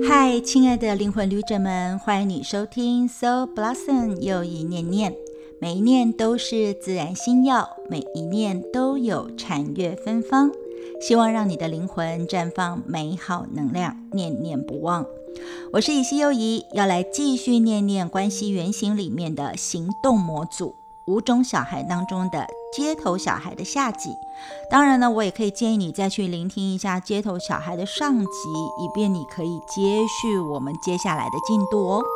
嗨，亲爱的灵魂旅者们，欢迎你收听 Soul Blossom 又一念念，每一念都是自然心药，每一念都有禅悦芬芳，希望让你的灵魂绽放美好能量，念念不忘。我是以西优怡，要来继续念念关系原型里面的行动模组5种小孩当中的街头小孩的下集。当然呢，我也可以建议你再去聆听一下街头小孩的上集，以便你可以接续我们接下来的进度哦。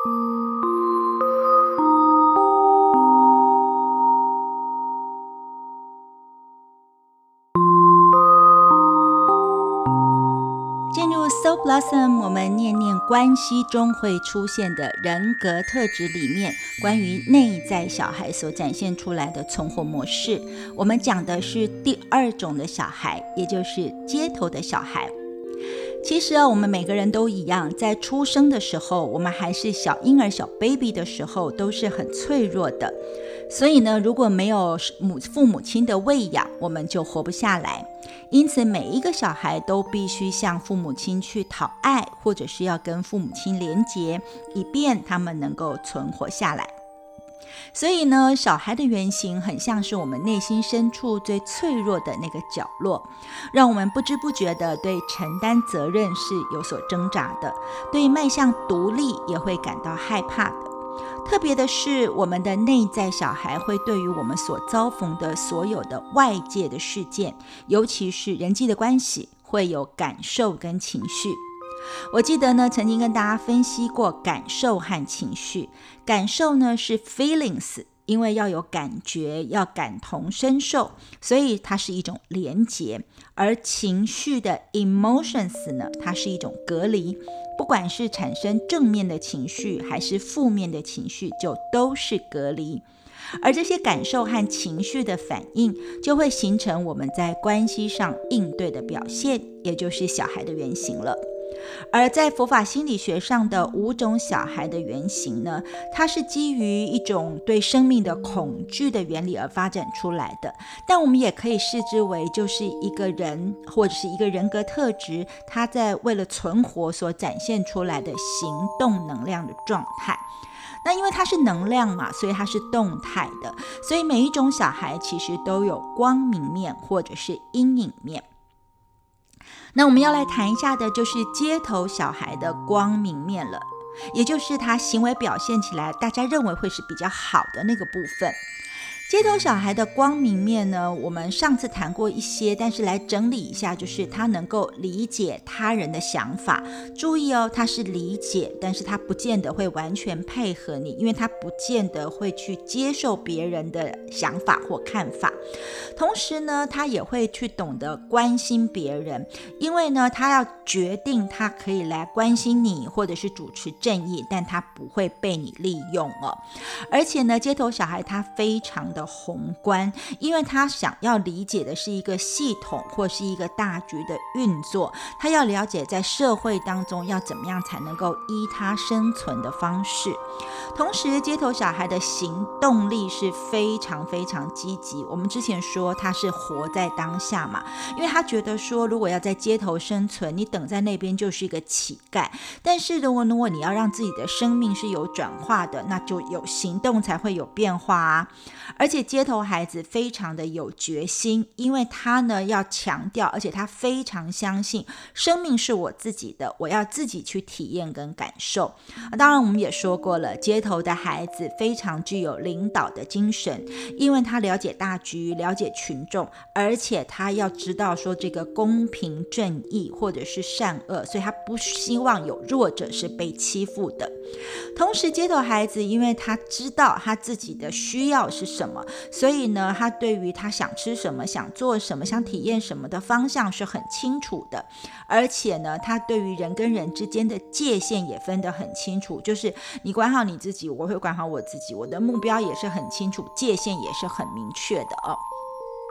进入 Soul Blossom 我们念念关系中会出现的人格特质里面，关于内在小孩所展现出来的存活模式，我们讲的是第2种的小孩，也就是街头的小孩。其实我们每个人都一样，在出生的时候，我们还是小婴儿小 baby 的时候，都是很脆弱的。所以呢，如果没有父母亲的喂养，我们就活不下来。因此每一个小孩都必须向父母亲去讨爱，或者是要跟父母亲连结，以便他们能够存活下来。所以呢，小孩的原型很像是我们内心深处最脆弱的那个角落，让我们不知不觉的对承担责任是有所挣扎的，对迈向独立也会感到害怕的。特别的是，我们的内在小孩会对于我们所遭逢的所有的外界的事件，尤其是人际的关系，会有感受跟情绪。我记得呢，曾经跟大家分析过感受和情绪。感受呢是 feelings， 因为要有感觉，要感同身受，所以它是一种连结。而情绪的 emotions 呢，它是一种隔离。不管是产生正面的情绪还是负面的情绪，就都是隔离。而这些感受和情绪的反应，就会形成我们在关系上应对的表现，也就是小孩的原型了。而在佛法心理学上的5种小孩的原型呢，它是基于一种对生命的恐惧的原理而发展出来的。但我们也可以视之为就是一个人或者是一个人格特质，他在为了存活所展现出来的行动能量的状态。那因为它是能量嘛，所以它是动态的，所以每一种小孩其实都有光明面或者是阴影面。那我们要来谈一下的就是街头小孩的光明面了，也就是他行为表现起来大家认为会是比较好的那个部分。街头小孩的光明面呢，我们上次谈过一些，但是来整理一下，就是他能够理解他人的想法。注意哦，他是理解，但是他不见得会完全配合你，因为他不见得会去接受别人的想法或看法。同时呢，他也会去懂得关心别人，因为呢，他要决定他可以来关心你，或者是主持正义，但他不会被你利用哦。而且呢，街头小孩他非常的宏观，因为他想要理解的是一个系统或是一个大局的运作，他要了解在社会当中要怎么样才能够依他生存的方式。同时街头小孩的行动力是非常非常积极，我们之前说他是活在当下嘛，因为他觉得说如果要在街头生存，你等在那边就是一个乞丐。但是如果你要让自己的生命是有转化的，那就有行动才会有变化啊。而且街头孩子非常的有决心，因为他呢要强调，而且他非常相信生命是我自己的，我要自己去体验跟感受。当然我们也说过了，街头的孩子非常具有领导的精神，因为他了解大局，了解群众，而且他要知道说这个公平正义或者是善恶，所以他不希望有弱者是被欺负的。同时街头孩子因为他知道他自己的需要是什么，所以呢他对于他想吃什么，想做什么，想体验什么的方向是很清楚的。而且呢他对于人跟人之间的界限也分得很清楚，就是你管好你自己，我会管好我自己，我的目标也是很清楚，界限也是很明确的哦。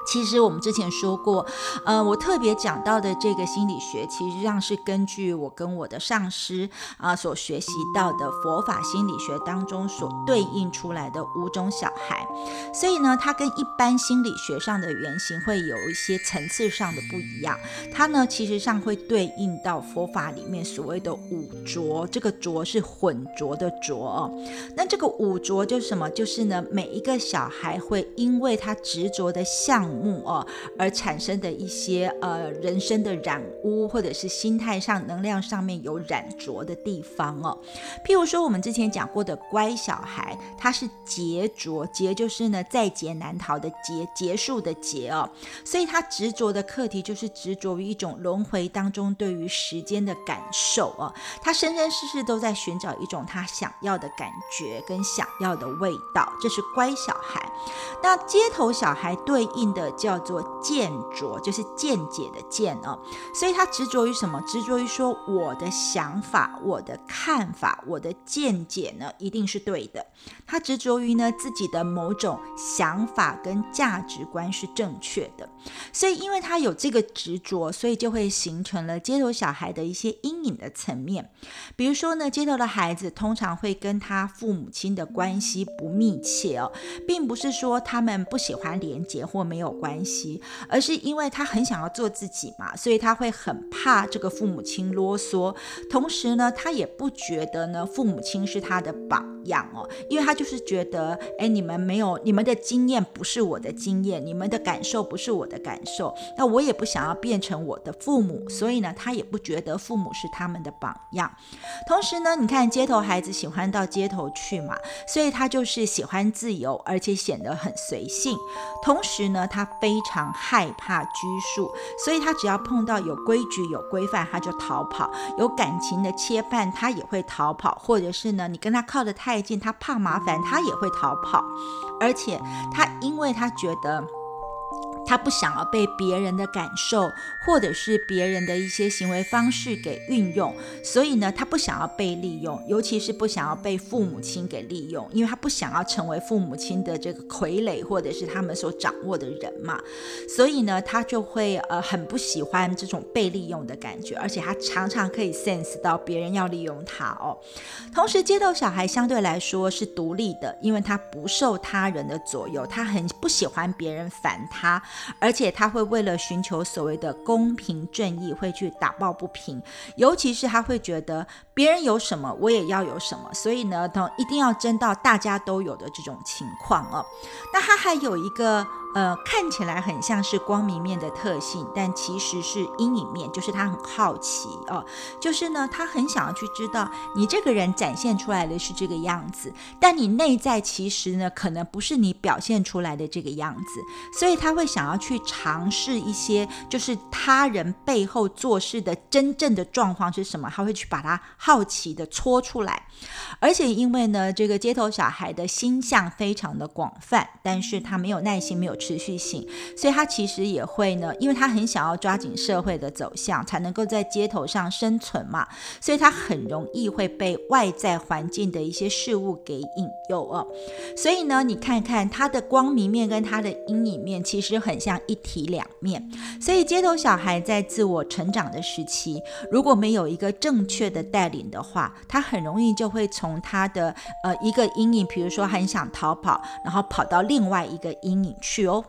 其实我们之前说过，我特别讲到的这个心理学，其实上是根据我跟我的上师所学习到的佛法心理学当中所对应出来的5种小孩，所以呢，它跟一般心理学上的原型会有一些层次上的不一样。它呢，其实上会对应到佛法里面所谓的5浊，这个浊是混浊的浊哦。那这个5浊就是什么？就是呢，每一个小孩会因为他执着的项目而产生的一些人生的染污，或者是心态上能量上面有染浊的地方哦。譬如说我们之前讲过的乖小孩，他是劫浊，劫就是呢在劫难逃的劫，结束的劫哦。所以他执着的课题就是执着于一种轮回当中对于时间的感受哦。他生生世世都在寻找一种他想要的感觉跟想要的味道，这是乖小孩。那街头小孩对应的叫做见浊，就是见解的见哦。所以他执着于什么？执着于说我的想法、我的看法、我的见解呢一定是对的。他执着于呢自己的某种想法跟价值观是正确的。所以因为他有这个执着，所以就会形成了街头小孩的一些阴影的层面。比如说呢，街头的孩子通常会跟他父母亲的关系不密切哦，并不是说他们不喜欢连结或没有关系，而是因为他很想要做自己嘛，所以他会很怕这个父母亲啰嗦。同时呢，他也不觉得呢父母亲是他的榜样哦，因为他就是觉得你们的经验不是我的经验，你们的感受不是我的感受，那我也不想要变成我的父母，所以呢他也不觉得父母是他们的榜样。同时呢，你看街头孩子喜欢到街头去嘛，所以他就是喜欢自由，而且显得很随性。同时呢，他非常害怕拘束，所以他只要碰到有规矩有规范他就逃跑，有感情的牵绊他也会逃跑，或者是呢你跟他靠得太近，他怕麻烦他也会逃跑。而且因为他觉得他不想要被别人的感受或者是别人的一些行为方式给运用，所以呢他不想要被利用，尤其是不想要被父母亲给利用，因为他不想要成为父母亲的这个傀儡或者是他们所掌握的人嘛，所以呢他就会很不喜欢这种被利用的感觉，而且他常常可以 sense 到别人要利用他哦。同时街头小孩相对来说是独立的，因为他不受他人的左右，他很不喜欢别人烦他，而且他会为了寻求所谓的公平正义会去打抱不平，尤其是他会觉得别人有什么我也要有什么，所以呢一定要争到大家都有的这种情况哦。那他还有一个看起来很像是光明面的特性，但其实是阴影面，就是他很好奇哦，就是呢他很想要去知道你这个人展现出来的是这个样子，但你内在其实呢可能不是你表现出来的这个样子，所以他会想要去尝试一些就是他人背后做事的真正的状况是什么，他会去把它好奇的戳出来。而且因为呢这个街头小孩的心象非常的广泛，但是他没有耐心没有持续性，所以他其实也会呢，因为他很想要抓紧社会的走向才能够在街头上生存嘛，所以他很容易会被外在环境的一些事物给引诱哦。所以呢你看看他的光明面跟他的阴影面其实很像一体两面，所以街头小孩在自我成长的时期，如果没有一个正确的带领的话，他很容易就会从他的一个阴影，比如说很想逃跑，然后跑到另外一个阴影去哦。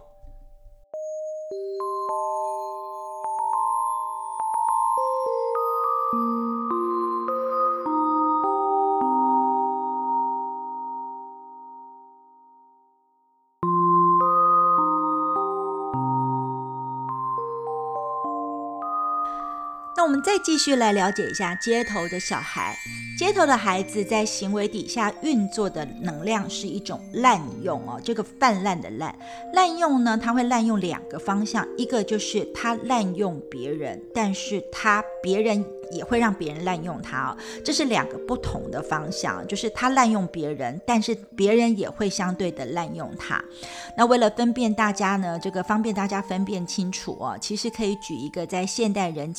那我们再继续来了解一下街头的小孩。街头的孩子在行为底下运作的能量是一种滥用哦，这个泛滥的滥用呢，他会滥用2个方向，一个就是他滥用别人，但是别人也会让别人滥用他哦，这是2个不同的方向，就是他滥用别人，但是别人也会相对的滥用他。那为了分辨大家呢，这个方便大家分辨清楚哦，其实可以举一个在现代人际关系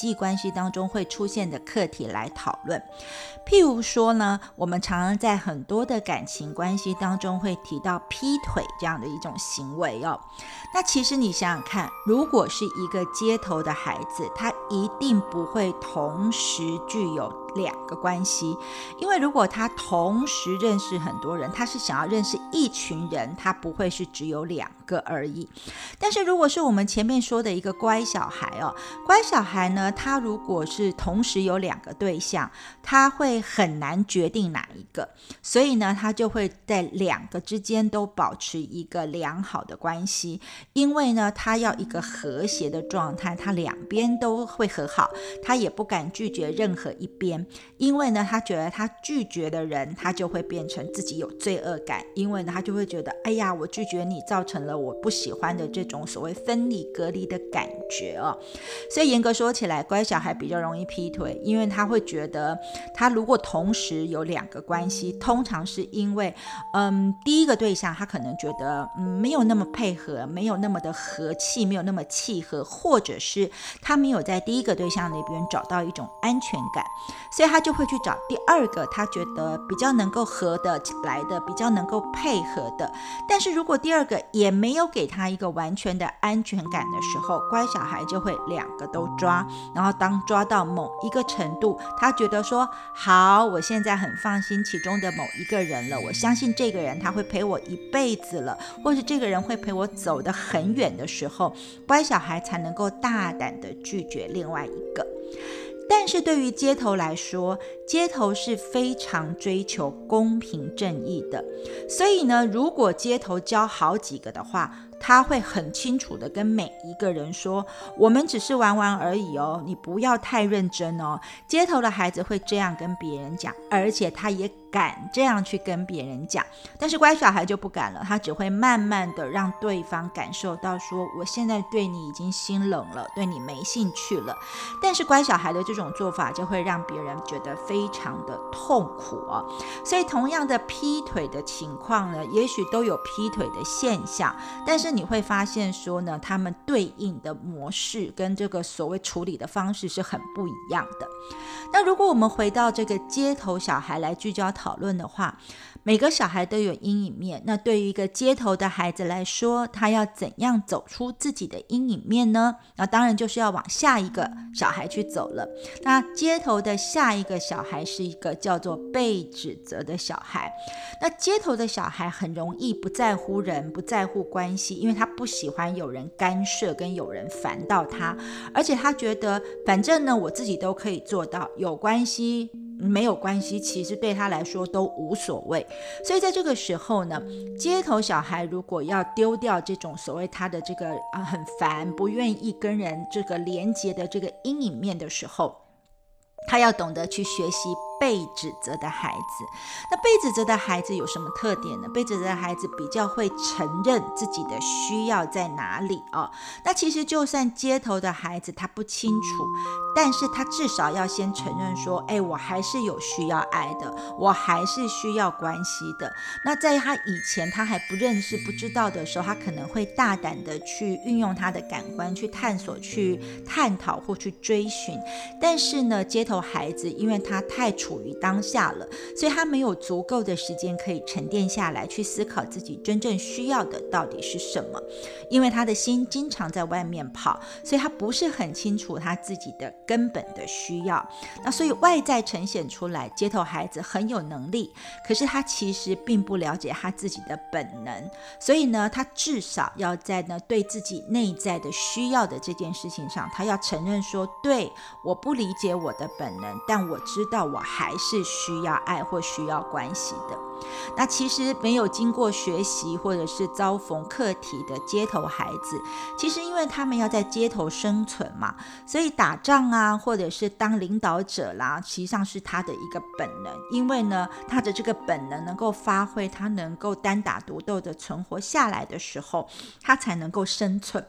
系当中会出现的课题来讨论。譬如说呢，我们常常在很多的感情关系当中会提到劈腿这样的一种行为哦。那其实你想想看，如果是一个街头的孩子，他一定不会同时具有2个关系，因为如果他同时认识很多人，他是想要认识一群人，他不会是只有2个而已。但是如果是我们前面说的一个乖小孩哦，乖小孩呢，他如果是同时有2个对象，他会很难决定哪一个，所以呢，他就会在2个之间都保持一个良好的关系，因为呢，他要一个和谐的状态，他2边都会和好，他也不敢拒绝任何一边，因为呢，他觉得他拒绝的人，他就会变成自己有罪恶感，因为呢，他就会觉得，哎呀，我拒绝你，造成了我不喜欢的这种所谓分离隔离的感觉哦。所以严格说起来，乖小孩比较容易劈腿，因为他会觉得，他如果同时有2个关系，通常是因为，第一个对象他可能觉得，没有那么配合，没有那么的和气，没有那么契合，或者是他没有在第一个对象那边找到一种安全感，所以他就会去找第2个他觉得比较能够合得来的，比较能够配合的。但是如果第2个也没有给他一个完全的安全感的时候，乖小孩就会2个都抓，然后当抓到某一个程度，他觉得说，好，我现在很放心其中的某一个人了，我相信这个人他会陪我一辈子了，或者这个人会陪我走得很远的时候，乖小孩才能够大胆的拒绝另外一个。但是对于街头来说，街头是非常追求公平正义的，所以呢，如果街头教好几个的话，他会很清楚的跟每一个人说，我们只是玩玩而已哦，你不要太认真哦。街头的孩子会这样跟别人讲，而且他也敢这样去跟别人讲。但是乖小孩就不敢了，他只会慢慢的让对方感受到说，我现在对你已经心冷了，对你没兴趣了。但是乖小孩的这种做法就会让别人觉得非常的痛苦哦。所以同样的劈腿的情况呢，也许都有劈腿的现象，但是你会发现说呢，他们对应的模式跟这个所谓处理的方式是很不一样的。那如果我们回到这个街头小孩来聚焦讨论的话，每个小孩都有阴影面，那对于一个街头的孩子来说，他要怎样走出自己的阴影面呢？那当然就是要往下一个小孩去走了。那街头的下一个小孩是一个叫做被指责的小孩。那街头的小孩很容易不在乎人，不在乎关系，因为他不喜欢有人干涉跟有人烦到他，而且他觉得反正呢我自己都可以做到，有关系没有关系，其实对他来说都无所谓。所以在这个时候呢，街头小孩如果要丢掉这种所谓他的这个很烦，不愿意跟人这个连结的这个阴影面的时候，他要懂得去学习被指责的孩子。那被指责的孩子有什么特点呢？被指责的孩子比较会承认自己的需要在哪里哦。那其实就算街头的孩子他不清楚，但是他至少要先承认说，我还是有需要爱的，我还是需要关系的。那在他以前他还不认识不知道的时候，他可能会大胆的去运用他的感官去探索，去探讨或去追寻。但是呢，街头孩子因为他太处于当下了，所以他没有足够的时间可以沉淀下来，去思考自己真正需要的到底是什么。因为他的心经常在外面跑，所以他不是很清楚他自己的根本的需要。那所以外在呈现出来，街头孩子很有能力，可是他其实并不了解他自己的本能。所以呢，他至少要在对自己内在的需要的这件事情上，他要承认说，对，我不理解我的本能，但我知道我还是需要爱或需要关系的。那其实没有经过学习或者是遭逢课题的街头孩子，其实因为他们要在街头生存嘛，所以打仗啊，或者是当领导者啦，实际上是他的一个本能。因为呢，他的这个本能能够发挥，他能够单打独斗的存活下来的时候，他才能够生存嘛。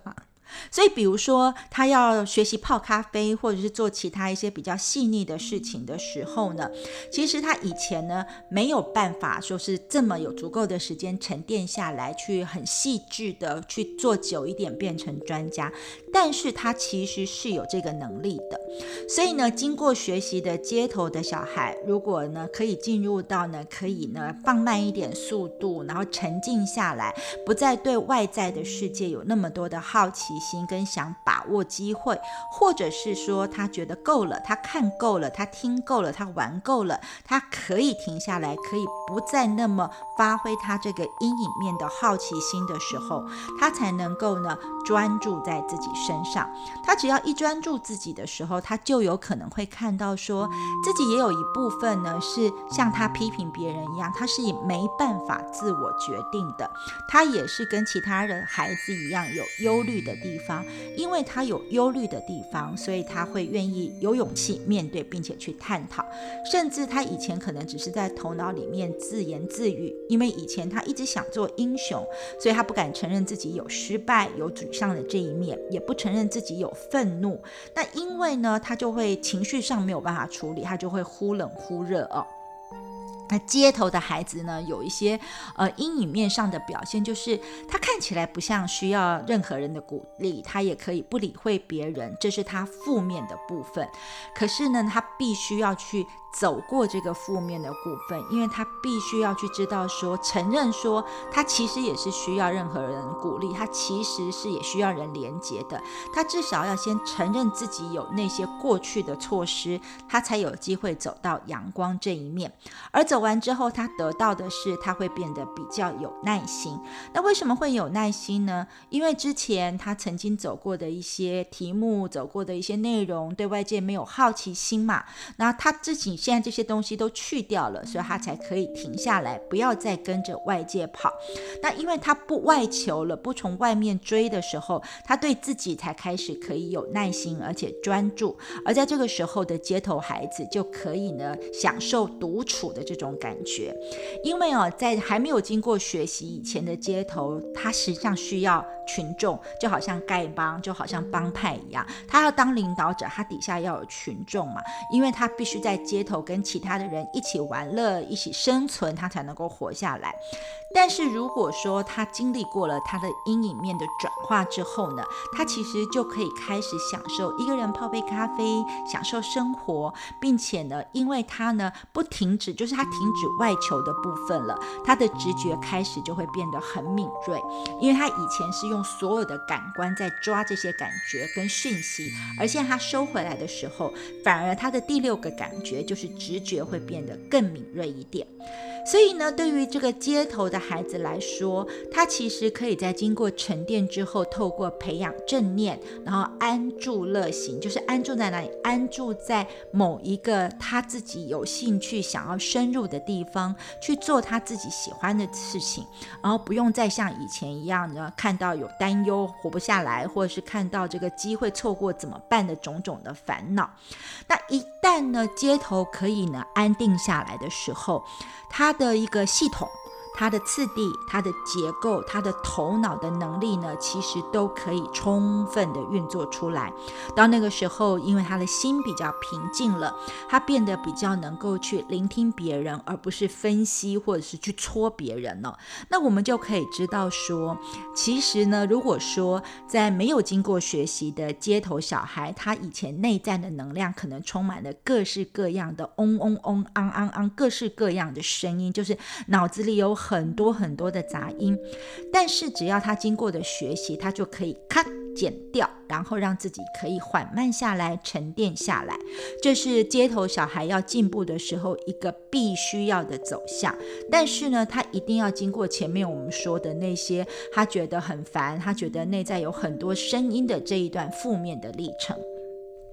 所以比如说他要学习泡咖啡，或者是做其他一些比较细腻的事情的时候呢，其实他以前呢没有办法说是这么有足够的时间沉淀下来，去很细致的去做久一点变成专家，但是他其实是有这个能力的。所以呢，经过学习的街头的小孩，如果呢可以进入到呢可以呢放慢一点速度，然后沉静下来，不再对外在的世界有那么多的好奇心跟想把握机会，或者是说他觉得够了，他看够了，他听够了，他玩够了，他可以停下来，可以不再那么发挥他这个阴影面的好奇心的时候，他才能够呢专注在自己身上。他只要一专注自己的时候，他就有可能会看到说自己也有一部分呢是像他批评别人一样，他是没办法自我决定的，他也是跟其他的孩子一样有忧虑的地方，因为他有忧虑的地方，所以他会愿意有勇气面对并且去探讨，甚至他以前可能只是在头脑里面自言自语，因为以前他一直想做英雄，所以他不敢承认自己有失败有沮丧的这一面，也不承认自己有愤怒，那因为呢他就会情绪上没有办法处理，他就会忽冷忽热哦。那街头的孩子呢，有一些阴影面上的表现，就是他看起来不像需要任何人的鼓励，他也可以不理会别人，这是他负面的部分。可是呢，他必须要去走过这个负面的部分，因为他必须要去知道说，承认说他其实也是需要任何人鼓励，他其实是也需要人连结的，他至少要先承认自己有那些过去的错失，他才有机会走到阳光这一面。而走完之后，他得到的是他会变得比较有耐心。那为什么会有耐心呢？因为之前他曾经走过的一些题目，走过的一些内容，对外界没有好奇心嘛，那他自己现在这些东西都去掉了，所以他才可以停下来，不要再跟着外界跑。那因为他不外求了，不从外面追的时候，他对自己才开始可以有耐心而且专注，而在这个时候的街头孩子就可以呢享受独处的这种感觉。因为在还没有经过学习以前的街头，他实际上需要群众，就好像丐帮，就好像帮派一样，他要当领导者，他底下要有群众嘛，因为他必须在街头跟其他的人一起玩乐，一起生存，他才能够活下来。但是如果说他经历过了他的阴影面的转化之后呢，他其实就可以开始享受一个人泡杯咖啡，享受生活，并且呢，因为他呢不停止，就是他停止外求的部分了，他的直觉开始就会变得很敏锐，因为他以前是用所有的感官在抓这些感觉跟讯息，而现在他收回来的时候，反而他的第六个感觉就是直觉会变得更敏锐一点。所以呢，对于这个街头的孩子来说，他其实可以在经过沉淀之后，透过培养正念，然后安住乐行，就是安住在哪里？安住在某一个他自己有兴趣想要深入的地方，去做他自己喜欢的事情，然后不用再像以前一样呢，看到有担忧活不下来，或者是看到这个机会错过怎么办的种种的烦恼。那一旦呢，街头可以呢安定下来的时候，他的一个系统，它的次第，它的结构，它的头脑的能力呢，其实都可以充分的运作出来。到那个时候，因为他的心比较平静了，他变得比较能够去聆听别人，而不是分析或者是去戳别人了。那我们就可以知道说，其实呢，如果说在没有经过学习的街头小孩，他以前内在的能量可能充满了各式各样的嗡嗡嗡、昂昂昂，各式各样的声音，就是脑子里有很多很多的杂音，但是只要他经过的学习，他就可以咔减掉，然后让自己可以缓慢下来，沉淀下来。这是街头小孩要进步的时候一个必须要的走向。但是呢，他一定要经过前面我们说的那些他觉得很烦，他觉得内在有很多声音的这一段负面的历程。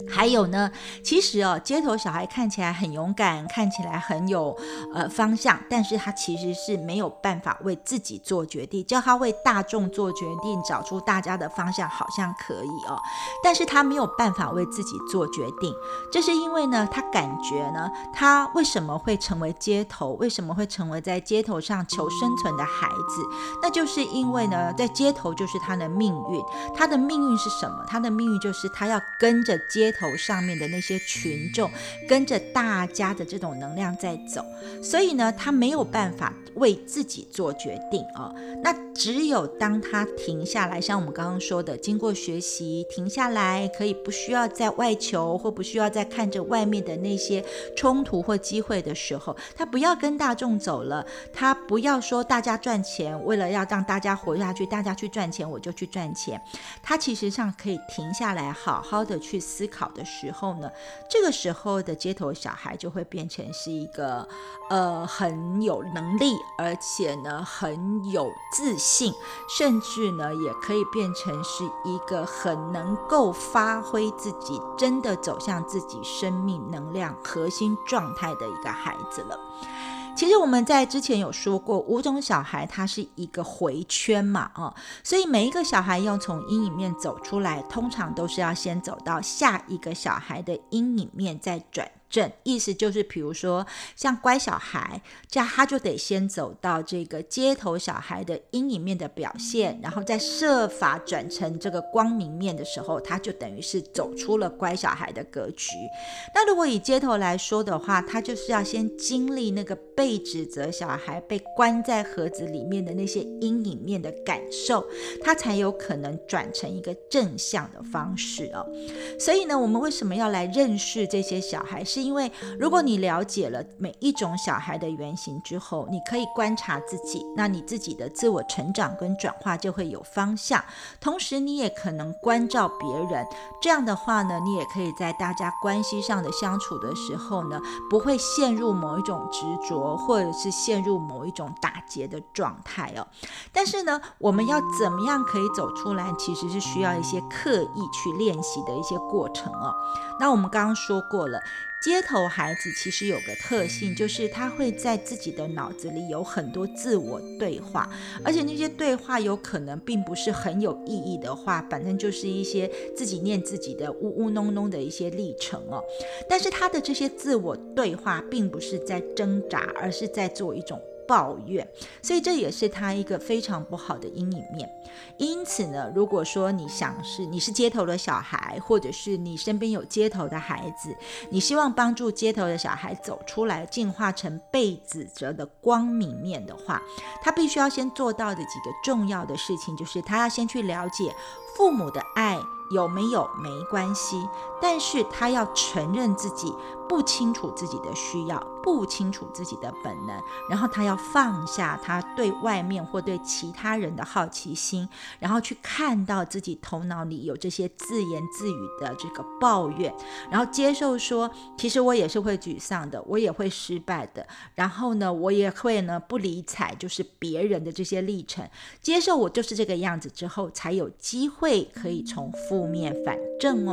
还有呢，其实街头小孩看起来很勇敢，看起来很有方向，但是他其实是没有办法为自己做决定，叫他为大众做决定，找出大家的方向好像可以但是他没有办法为自己做决定。这是因为呢，他感觉呢，他为什么会成为街头，为什么会成为在街头上求生存的孩子，那就是因为呢，在街头就是他的命运。他的命运是什么？他的命运就是他要跟着街头上面的那些群众，跟着大家的这种能量在走，所以呢，他没有办法为自己做决定那只有当他停下来，像我们刚刚说的，经过学习停下来，可以不需要再外求，或不需要再看着外面的那些冲突或机会的时候，他不要跟大众走了，他不要说大家赚钱，为了要让大家活下去，大家去赚钱我就去赚钱，他其实上可以停下来好好的去思考的时候呢，这个时候的街头小孩就会变成是一个很有能力，而且呢很有自信，甚至呢也可以变成是一个很能够发挥自己，真的走向自己生命能量核心状态的一个孩子了。其实我们在之前有说过，5种小孩它是一个回圈嘛所以每一个小孩要从阴影面走出来，通常都是要先走到下一个小孩的阴影面再转正，意思就是比如说像乖小孩，这样他就得先走到这个街头小孩的阴影面的表现，然后再设法转成这个光明面的时候，他就等于是走出了乖小孩的格局。那如果以街头来说的话，他就是要先经历那个被指责小孩被关在盒子里面的那些阴影面的感受，他才有可能转成一个正向的方式所以呢，我们为什么要来认识这些小孩，是因为如果你了解了每一种小孩的原型之后，你可以观察自己，那你自己的自我成长跟转化就会有方向，同时你也可能关照别人，这样的话呢，你也可以在大家关系上的相处的时候呢，不会陷入某一种执着，或者是陷入某一种打结的状态但是呢，我们要怎么样可以走出来，其实是需要一些刻意去练习的一些过程那我们刚刚说过了，街头孩子其实有个特性，就是他会在自己的脑子里有很多自我对话，而且那些对话有可能并不是很有意义的话，反正就是一些自己念自己的呜呜哝哝的一些历程但是他的这些自我对话并不是在挣扎，而是在做一种抱怨，所以这也是他一个非常不好的阴影面。因此呢，如果说你是街头的小孩，或者是你身边有街头的孩子，你希望帮助街头的小孩走出来，进化成被指责的光明面的话，他必须要先做到的几个重要的事情，就是他要先去了解父母的爱有没有没关系，但是他要承认自己不清楚自己的需要，不清楚自己的本能，然后他要放下他对外面或对其他人的好奇心，然后去看到自己头脑里有这些自言自语的这个抱怨，然后接受说，其实我也是会沮丧的，我也会失败的，然后呢，我也会呢不理睬就是别人的这些历程，接受我就是这个样子之后，才有机会可以从负面反正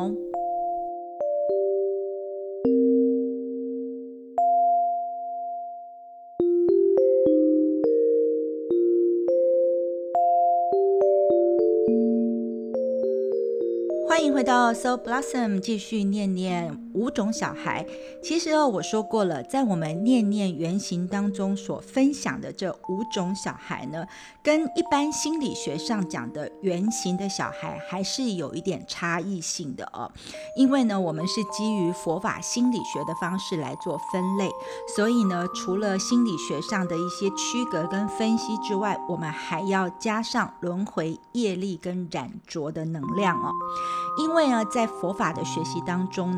欢迎回到 Soul Blossom， 继续念念5种小孩。其实我说过了，在我们念念原型当中所分享的这5种小孩呢，跟一般心理学上讲的原型的小孩还是有一点差异性的因为呢，我们是基于佛法心理学的方式来做分类，所以呢，除了心理学上的一些区隔跟分析之外，我们还要加上轮回、业力跟染浊的能量因为呢，在佛法的学习当中呢，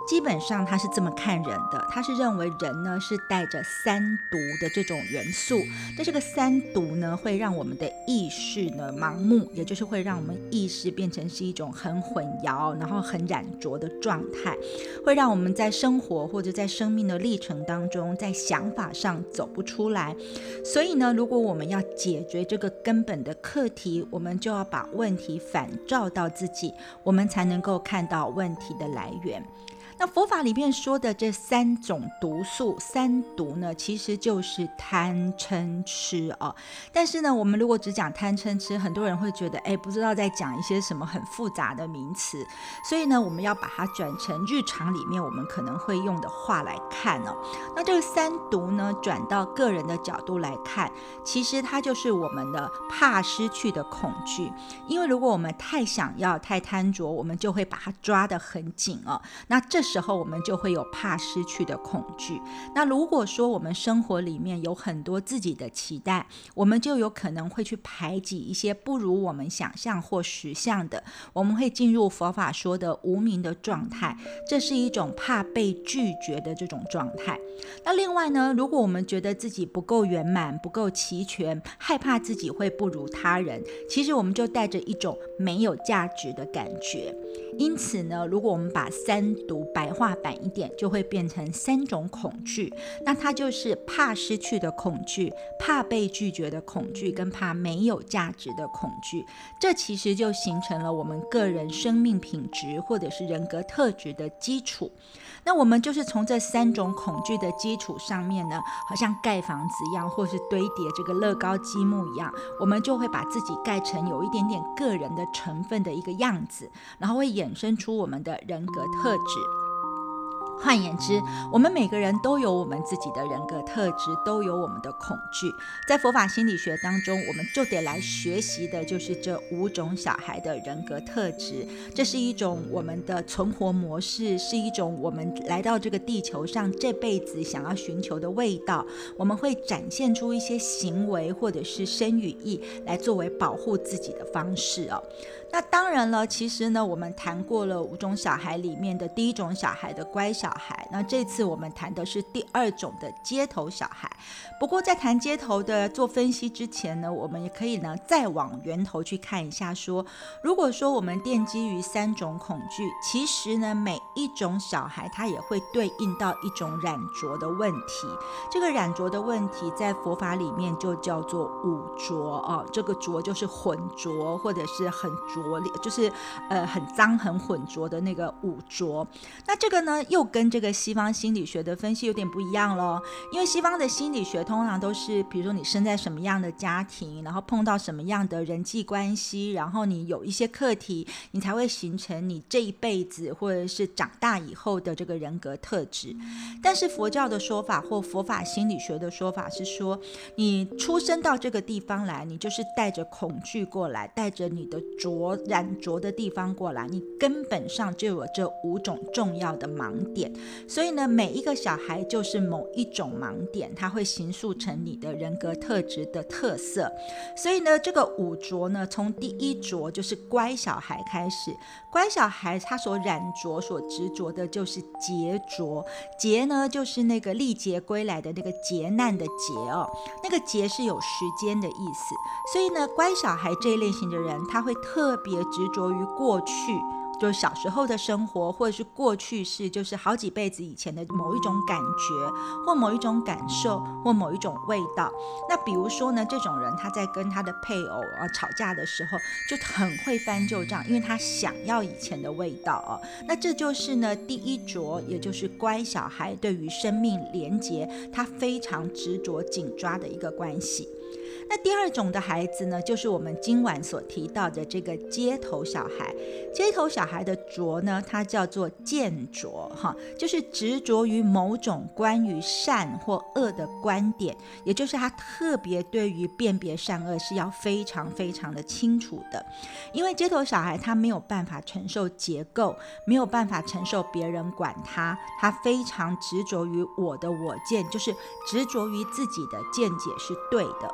基本上他是这么看人的，他是认为人呢是带着三毒的这种元素，但这个三毒呢会让我们的意识呢盲目，也就是会让我们意识变成是一种很混淆然后很染浊的状态，会让我们在生活或者在生命的历程当中在想法上走不出来。所以呢，如果我们要解决这个根本的课题，我们就要把问题反照到自己，我们才能够看到问题的来源。那佛法里面说的这三种毒素，三毒呢，其实就是贪嗔痴哦。但是呢，我们如果只讲贪嗔痴，很多人会觉得，不知道在讲一些什么很复杂的名词。所以呢，我们要把它转成日常里面我们可能会用的话来看哦。那这个三毒呢，转到个人的角度来看，其实它就是我们的怕失去的恐惧。因为如果我们太想要、太贪着，我们就会把它抓得很紧哦。那这时候我们就会有怕失去的恐惧。那如果说我们生活里面有很多自己的期待，我们就有可能会去排挤一些不如我们想象或实相的，我们会进入佛法说的无明的状态，这是一种怕被拒绝的这种状态。那另外呢，如果我们觉得自己不够圆满、不够齐全，害怕自己会不如他人，其实我们就带着一种没有价值的感觉。因此呢，如果我们把三毒白话版一点，就会变成三种恐惧。那它就是怕失去的恐惧、怕被拒绝的恐惧跟怕没有价值的恐惧。这其实就形成了我们个人生命品质或者是人格特质的基础。那我们就是从这三种恐惧的基础上面呢，好像盖房子一样，或是堆叠这个乐高积木一样，我们就会把自己盖成有一点点个人的成分的一个样子，然后会衍生出我们的人格特质。换言之，我们每个人都有我们自己的人格特质，都有我们的恐惧。在佛法心理学当中，我们就得来学习的就是这5种小孩的人格特质。这是一种我们的存活模式，是一种我们来到这个地球上这辈子想要寻求的味道。我们会展现出一些行为或者是身语意来作为保护自己的方式哦。那当然了，其实呢，我们谈过了5种小孩里面的第一种小孩的乖小孩，那这次我们谈的是第2种的街头小孩。不过在谈街头的做分析之前呢，我们也可以呢再往源头去看一下说，如果说我们奠基于3种恐惧，其实呢每一种小孩他也会对应到一种染浊的问题。这个染浊的问题在佛法里面就叫做五浊哦，这个浊就是混浊或者是很浊，就是很脏很混浊的那个五浊。那这个呢又跟这个西方心理学的分析有点不一样咯，因为西方的心理学通常都是比如说你生在什么样的家庭，然后碰到什么样的人际关系，然后你有一些课题，你才会形成你这一辈子或者是长大以后的这个人格特质。但是佛教的说法或佛法心理学的说法是说，你出生到这个地方来，你就是带着恐惧过来，带着你的染浊的地方过来，你根本上就有这5种重要的盲点。所以呢，每一个小孩就是某一种盲点，它会形塑成你的人格特质的特色。所以呢，这个5浊呢，从第1浊就是乖小孩开始。乖小孩他所染浊所执着的就是劫浊，劫呢就是那个历劫归来的那个劫难的劫哦，那个劫是有时间的意思。所以呢，乖小孩这一类型的人，他会特别执着于过去，就是小时候的生活，或者是过去式，就是好几辈子以前的某一种感觉或某一种感受或某一种味道。那比如说呢，这种人他在跟他的配偶吵架的时候就很会翻旧账，因为他想要以前的味道那这就是呢第1浊，也就是乖小孩对于生命连结他非常执着紧抓的一个关系。那第2种的孩子呢，就是我们今晚所提到的这个街头小孩。街头小孩的浊呢，它叫做见浊就是执着于某种关于善或恶的观点，也就是他特别对于辨别善恶是要非常非常的清楚的。因为街头小孩他没有办法承受结构，没有办法承受别人管他，他非常执着于我的我见，就是执着于自己的见解是对的，或执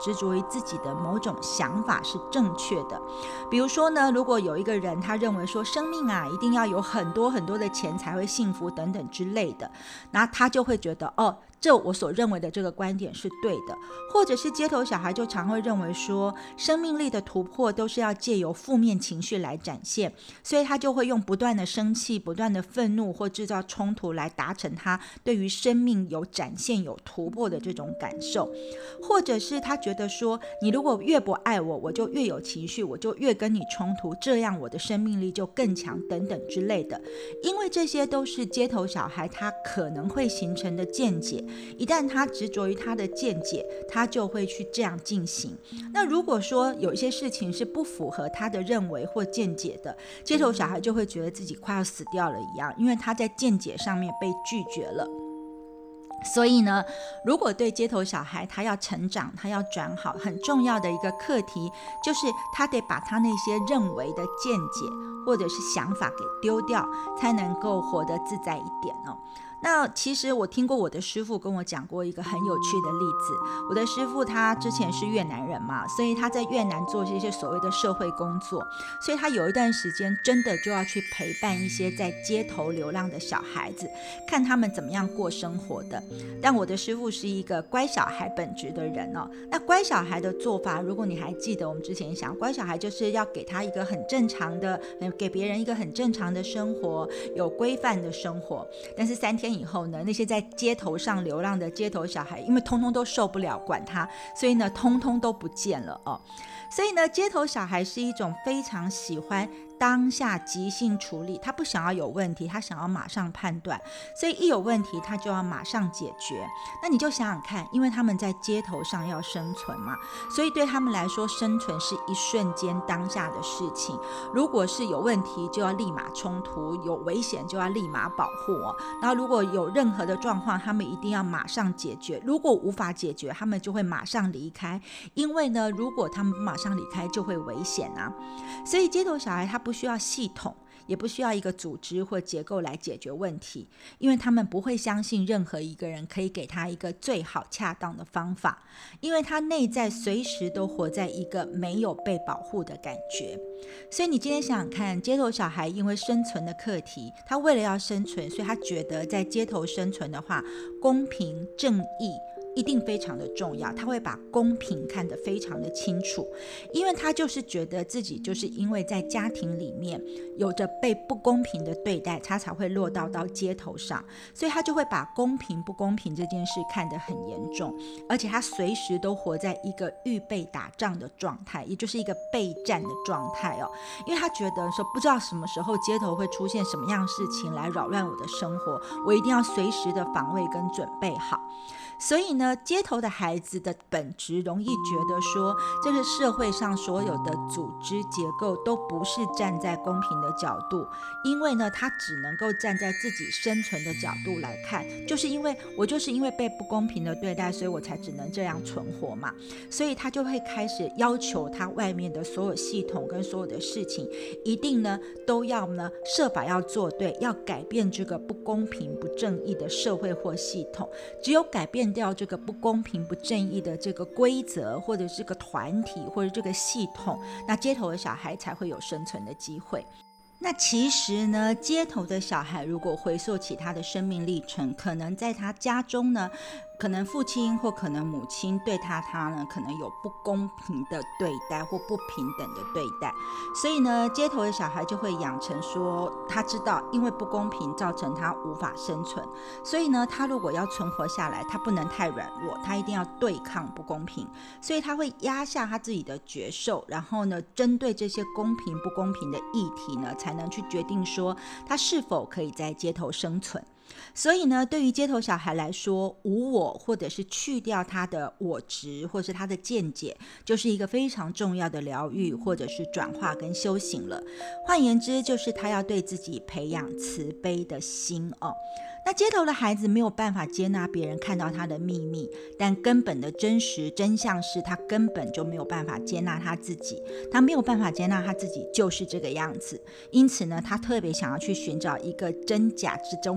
执着于自己的某种想法是正确的。比如说呢，如果有一个人他认为说生命啊一定要有很多很多的钱才会幸福等等之类的，那他就会觉得这我所认为的这个观点是对的。或者是街头小孩就常会认为说生命力的突破都是要借由负面情绪来展现，所以他就会用不断的生气、不断的愤怒或制造冲突来达成他对于生命有展现、有突破的这种感受。或者是他觉得说你如果越不爱我，我就越有情绪，我就越跟你冲突，这样我的生命力就更强等等之类的。因为这些都是街头小孩他可能会形成的见解，一旦他执着于他的见解，他就会去这样进行。那如果说有一些事情是不符合他的认为或见解的，街头小孩就会觉得自己快要死掉了一样，因为他在见解上面被拒绝了。所以呢，如果对街头小孩他要成长，他要转好，很重要的一个课题就是他得把他那些认为的见解或者是想法给丢掉，才能够活得自在一点那其实我听过我的师父跟我讲过一个很有趣的例子。我的师父他之前是越南人嘛，所以他在越南做这些所谓的社会工作，所以他有一段时间真的就要去陪伴一些在街头流浪的小孩子，看他们怎么样过生活的。但我的师父是一个乖小孩本质的人那乖小孩的做法，如果你还记得我们之前讲，乖小孩就是要给他一个很正常的，给别人一个很正常的生活，有规范的生活。但是3天以后呢，那些在街头上流浪的街头小孩，因为通通都受不了管他，所以呢通通都不见了所以呢，街头小孩是一种非常喜欢当下即兴处理，他不想要有问题，他想要马上判断，所以一有问题他就要马上解决。那你就想想看，因为他们在街头上要生存嘛，所以对他们来说生存是一瞬间当下的事情。如果是有问题就要立马冲突，有危险就要立马保护然后如果有任何的状况他们一定要马上解决，如果无法解决他们就会马上离开，因为呢如果他们马上离开就会危险所以街头小孩他不需要系统，也不需要一个组织或结构来解决问题，因为他们不会相信任何一个人可以给他一个最好恰当的方法，因为他内在随时都活在一个没有被保护的感觉。所以你今天想想看，街头小孩因为生存的课题，他为了要生存，所以他觉得在街头生存的话，公平正义一定非常的重要，他会把公平看得非常的清楚，因为他就是觉得自己就是因为在家庭里面有着被不公平的对待，他才会落到街头上，所以他就会把公平不公平这件事看得很严重，而且他随时都活在一个预备打仗的状态，也就是一个备战的状态因为他觉得说不知道什么时候街头会出现什么样的事情来扰乱我的生活，我一定要随时的防卫跟准备好。所以呢，街头的孩子的本质容易觉得说，这个社会上所有的组织结构都不是站在公平的角度，因为呢，他只能够站在自己生存的角度来看，就是因为被不公平的对待，所以我才只能这样存活嘛。所以他就会开始要求他外面的所有系统跟所有的事情，一定呢都要呢设法要做对，要改变这个不公平不正义的社会或系统。只有改变掉这个不公平不正义的这个规则，或者这个团体，或者这个系统，那街头的小孩才会有生存的机会。那其实呢，街头的小孩如果回溯起他的生命历程，可能在他家中呢，可能父亲或可能母亲对他呢可能有不公平的对待或不平等的对待，所以呢街头的小孩就会养成说，他知道因为不公平造成他无法生存，所以呢他如果要存活下来，他不能太软弱，他一定要对抗不公平，所以他会压下他自己的觉受，然后呢针对这些公平不公平的议题呢，才能去决定说他是否可以在街头生存。所以呢，对于街头小孩来说，无我或者是去掉他的我执或是他的见解，就是一个非常重要的疗愈或者是转化跟修行了。换言之，就是他要对自己培养慈悲的心那街头的孩子没有办法接纳别人看到他的秘密，但根本的真实真相是他根本就没有办法接纳他自己，他没有办法接纳他自己就是这个样子，因此呢，他特别想要去寻找一个真假之中的真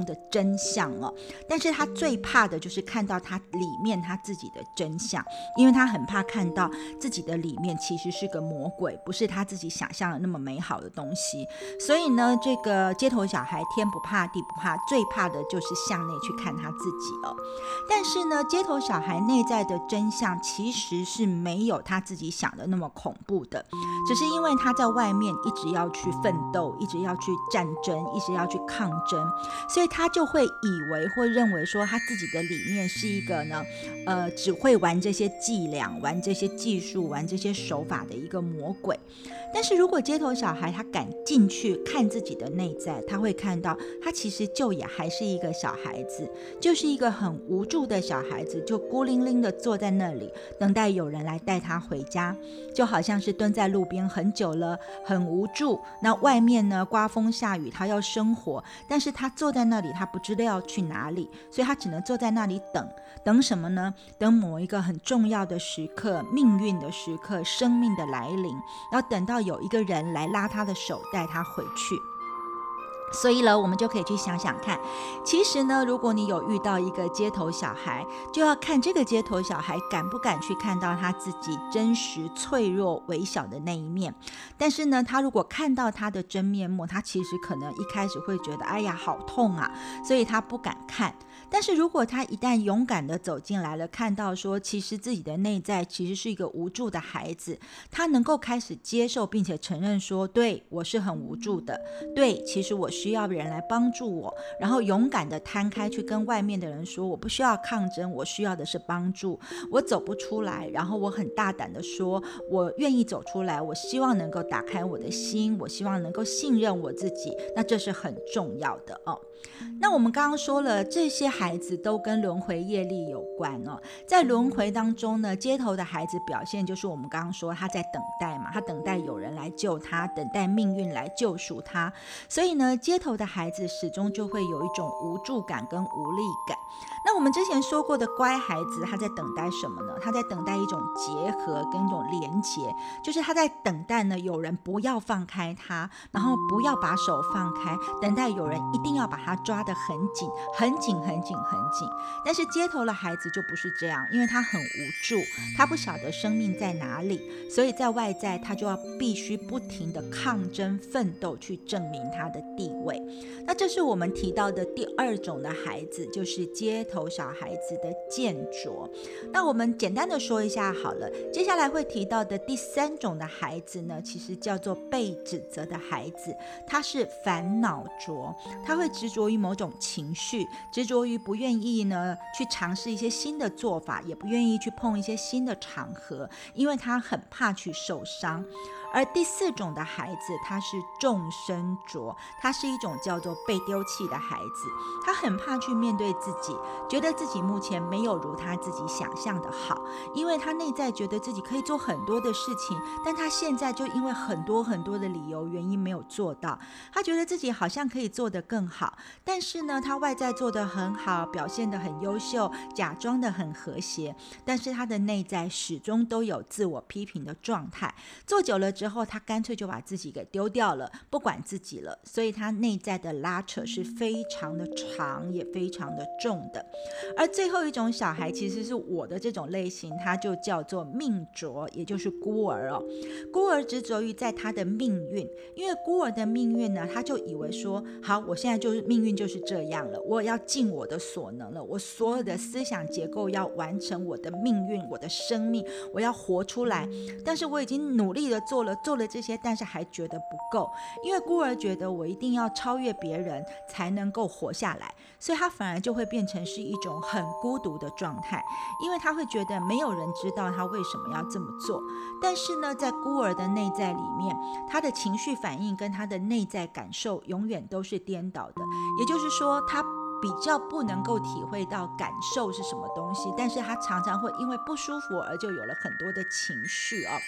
真相哦。但是他最怕的就是看到他里面他自己的真相，因为他很怕看到自己的里面其实是个魔鬼，不是他自己想象的那么美好的东西。所以呢，这个街头小孩天不怕地不怕，最怕的就是向内去看他自己哦。但是呢，街头小孩内在的真相其实是没有他自己想的那么恐怖的，只是因为他在外面一直要去奋斗，一直要去战争，一直要去抗争，所以他就会以为或认为说他自己的里面是一个呢只会玩这些伎俩，玩这些技术，玩这些手法的一个魔鬼。但是如果街头小孩他敢进去看自己的内在，他会看到他其实就也还是一个小孩子，就是一个很无助的小孩子，就孤零零的坐在那里等待有人来带他回家，就好像是蹲在路边很久了，很无助，那外面呢刮风下雨，他要生活，但是他坐在那里，他不知道要去哪里，所以他只能坐在那里等什么呢？等某一个很重要的时刻，命运的时刻，生命的来临，然后等到有一个人来拉他的手带他回去。所以呢，我们就可以去想想看，其实呢，如果你有遇到一个街头小孩，就要看这个街头小孩敢不敢去看到他自己真实脆弱微小的那一面。但是呢，他如果看到他的真面目，他其实可能一开始会觉得哎呀好痛啊，所以他不敢看。但是如果他一旦勇敢的走进来了，看到说其实自己的内在其实是一个无助的孩子，他能够开始接受并且承认说，对，我是很无助的，对，其实我需要人来帮助我，然后勇敢的摊开去跟外面的人说，我不需要抗争，我需要的是帮助，我走不出来，然后我很大胆的说，我愿意走出来，我希望能够打开我的心，我希望能够信任我自己，那这是很重要的哦。那我们刚刚说了，这些孩子都跟轮回业力有关哦。在轮回当中呢，街头的孩子表现就是我们刚刚说他在等待嘛，他等待有人来救他，等待命运来救赎他。所以呢，街头的孩子始终就会有一种无助感跟无力感。那我们之前说过的乖孩子，他在等待什么呢？他在等待一种结合跟一种连结，就是他在等待呢有人不要放开他，然后不要把手放开，等待有人一定要把他抓得很紧很紧很紧很紧。但是街头的孩子就不是这样，因为他很无助，他不晓得生命在哪里，所以在外在他就要必须不停的抗争奋斗去证明他的地位。那这是我们提到的第二种的孩子，就是街头小孩子的见拙。那我们简单的说一下好了，接下来会提到的第三种的孩子呢，其实叫做被指责的孩子，他是烦恼拙，他会执着于某种情绪，执着于不愿意呢去尝试一些新的做法，也不愿意去碰一些新的场合，因为他很怕去受伤。而第四种的孩子，他是众生拙，他是一种叫做被丢弃的孩子，他很怕去面对自己，觉得自己目前没有如他自己想象的好，因为他内在觉得自己可以做很多的事情，但他现在就因为很多很多的理由原因没有做到，他觉得自己好像可以做得更好，但是呢，他外在做得很好，表现得很优秀，假装得很和谐，但是他的内在始终都有自我批评的状态，做久了之后，他干脆就把自己给丢掉了，不管自己了，所以他内在的拉扯是非常的长，也非常的重的。而最后一种小孩其实是我的这种类型，他就叫做命拙，也就是孤儿哦。孤儿执着于在他的命运，因为孤儿的命运呢，他就以为说，好，我现在就是命运就是这样了，我要尽我的所能了，我所有的思想结构要完成我的命运，我的生命，我要活出来，但是我已经努力的做了这些，但是还觉得不够，因为孤儿觉得我一定要超越别人才能够活下来，所以他反而就会变成是一种很孤独的状态，因为他会觉得没有人知道他为什么要这么做。但是呢，在孤儿的内在里面，他的情绪反应跟他的内在感受永远都是颠倒的，也就是说他比较不能够体会到感受是什么东西，但是他常常会因为不舒服而就有了很多的情绪哦。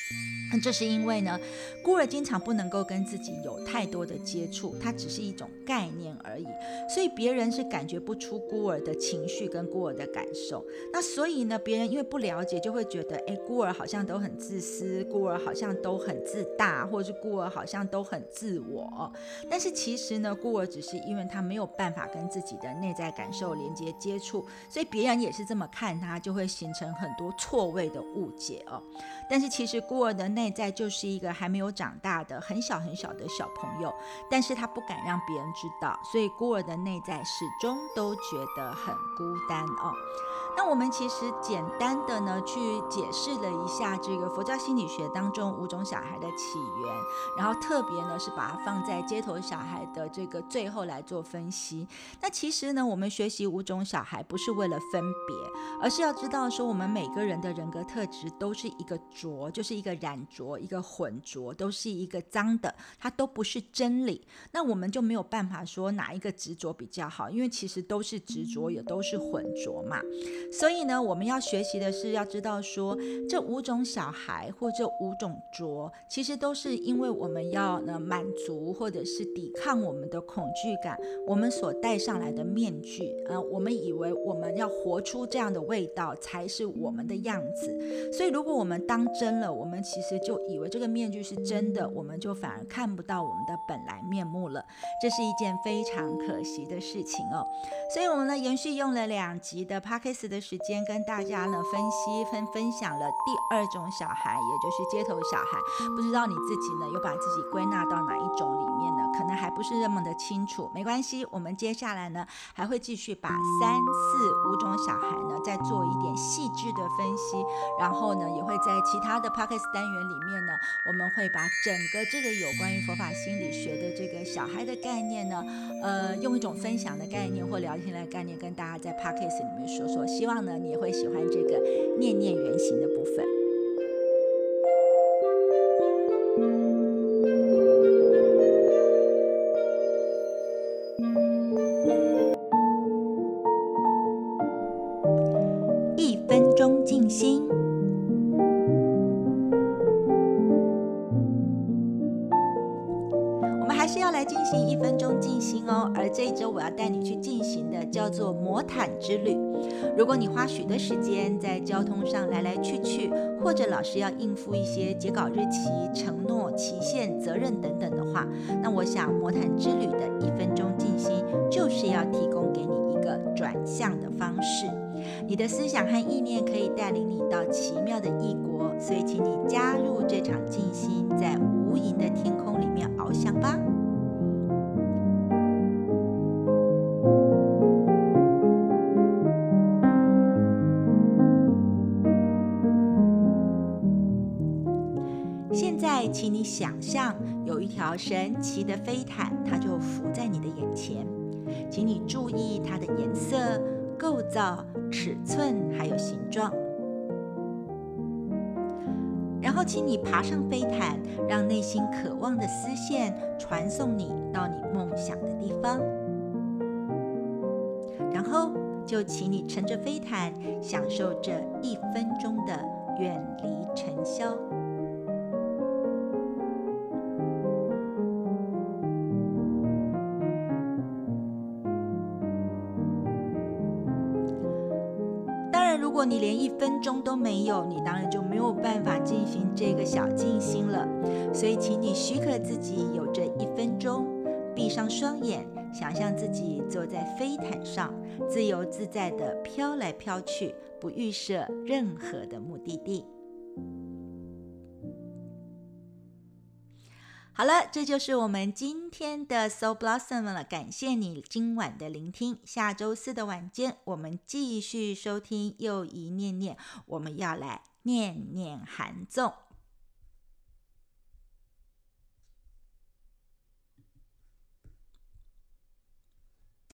这是因为呢，孤儿经常不能够跟自己有太多的接触，它只是一种概念而已，所以别人是感觉不出孤儿的情绪跟孤儿的感受。那所以呢，别人因为不了解，就会觉得，孤儿好像都很自私，孤儿好像都很自大，或者是孤儿好像都很自我。但是其实呢，孤儿只是因为他没有办法跟自己的内在感受连接接触，所以别人也是这么看他，就会形成很多错位的误解哦。但是其实孤儿的内在就是一个还没有长大的很小很小的小朋友，但是他不敢让别人知道，所以孤儿的内在始终都觉得很孤单哦。那我们其实简单的呢去解释了一下这个佛教心理学当中五种小孩的起源，然后特别呢是把它放在街头小孩的这个最后来做分析。那其实呢，我们学习五种小孩不是为了分别，而是要知道说我们每个人的人格特质都是一个浊，就是一个染浊，一个混浊，都是一个脏的，它都不是真理。那我们就没有办法说哪一个执着比较好，因为其实都是执着，也都是混浊嘛。所以呢，我们要学习的是要知道说，这五种小孩或这五种浊，其实都是因为我们要满足或者是抵抗我们的恐惧感，我们所戴上来的面具。我们以为我们要活出这样的味道才是我们的样子，所以如果我们当真了，我们其实就以为这个面具是真的，我们就反而看不到我们的本来面目了，这是一件非常可惜的事情哦。所以我们呢延续用了2集的 Podcast 的时间，跟大家呢分享了第2种小孩，也就是街头小孩。不知道你自己呢有把自己归纳到哪一种里面呢？可能还不是那么的清楚，没关系，我们接下来呢还会继续把3、4、5种小孩呢再做一点细致的分析，然后呢也会在其他的 Podcast 单元里面呢，我们会把整个这个有关于佛法心理学的这个小孩的概念呢，用一种分享的概念或聊天的概念跟大家在 Podcast 里面说说，希望呢你也会喜欢这个念念原型的部分。1分钟静心，我们还是要来进行1分钟静心哦。而这一周我要带你去进行的叫做魔毯之旅。如果你花许多时间在交通上来来去去，或者老是要应付一些截稿日期、承诺、期限、责任等等的话，那我想魔毯之旅的1分钟静心就是要提供给你一个转向的方式。你的思想和意念可以带领你到奇妙的异国，所以请你加入这场静心，在无垠的天空里面翱翔吧。现在请你想象有一条神奇的飞毯，它就浮在你的眼前，请你注意它的颜色、构造、尺寸还有形状，然后请你爬上飞毯，让内心渴望的丝线传送你到你梦想的地方，然后就请你乘着飞毯，享受这1分钟的远离尘嚣。如果你连1分钟都没有，你当然就没有办法进行这个小静心了。所以请你许可自己有这1分钟，闭上双眼，想象自己坐在飞毯上，自由自在地飘来飘去，不预设任何的目的地。好了，这就是我们今天的 Soul Blossom 了，感谢你今晚的聆听。下周4的晚间，我们继续收听又一念念，我们要来念念含咒。